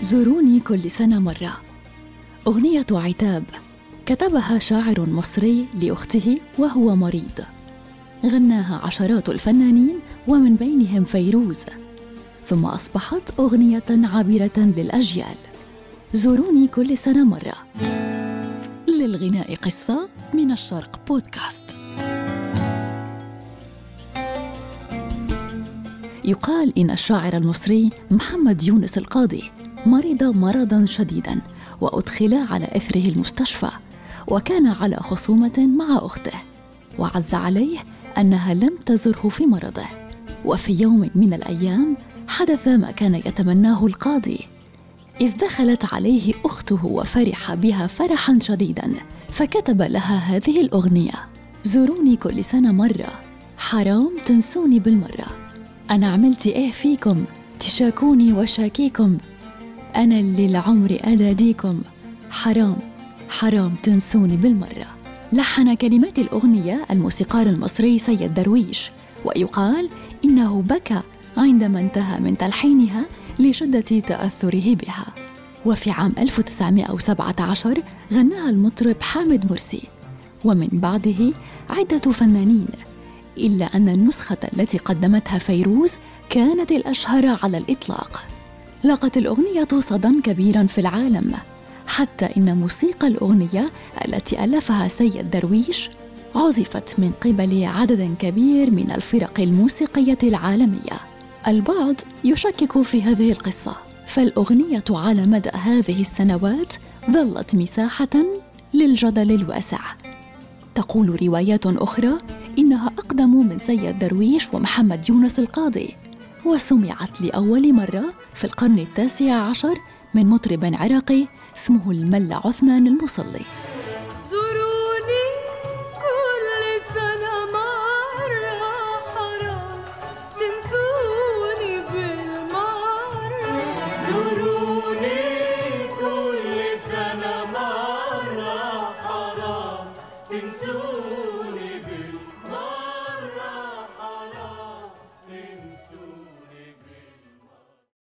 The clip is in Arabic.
زوروني كل سنة مرة. أغنية عتاب كتبها شاعر مصري لأخته وهو مريض، غناها عشرات الفنانين ومن بينهم فيروز، ثم أصبحت أغنية عابرة للأجيال. زوروني كل سنة مرة. للغناء قصة من الشرق بودكاست. يقال إن الشاعر المصري محمد يونس القاضي مرض مرضاً شديداً وأدخل على إثره المستشفى، وكان على خصومة مع أخته، وعز عليه أنها لم تزره في مرضه. وفي يوم من الأيام حدث ما كان يتمناه القاضي، إذ دخلت عليه أخته وفرح بها فرحاً شديداً، فكتب لها هذه الأغنية: زوروني كل سنة مرة، حرام تنسوني بالمرة. أنا عملت إيه فيكم تشاكوني وشاكيكم، أنا اللي العمر أناديكم، حرام حرام تنسوني بالمرة. لحن كلمات الأغنية الموسيقار المصري سيد درويش، ويقال إنه بكى عندما انتهى من تلحينها لشدة تأثره بها. وفي عام 1917 غناها المطرب حامد مرسي، ومن بعده عدة فنانين، إلا أن النسخة التي قدمتها فيروز كانت الأشهر على الإطلاق. لقت الأغنية صدى كبيراً في العالم، حتى إن موسيقى الأغنية التي ألفها سيد درويش عزفت من قبل عدد كبير من الفرق الموسيقية العالمية. البعض يشكك في هذه القصة، فالأغنية على مدى هذه السنوات ظلت مساحة للجدل الواسع. تقول روايات أخرى إنها أقدم من سيد درويش ومحمد يونس القاضي، وسمعت لأول مرة في القرن 19 من مطرب عراقي اسمه الملا عثمان المصلي. زوروني كل سنة مرة، حرام تنسوني بالمرة. زوروني كل سنة مرة، حرام تنسوني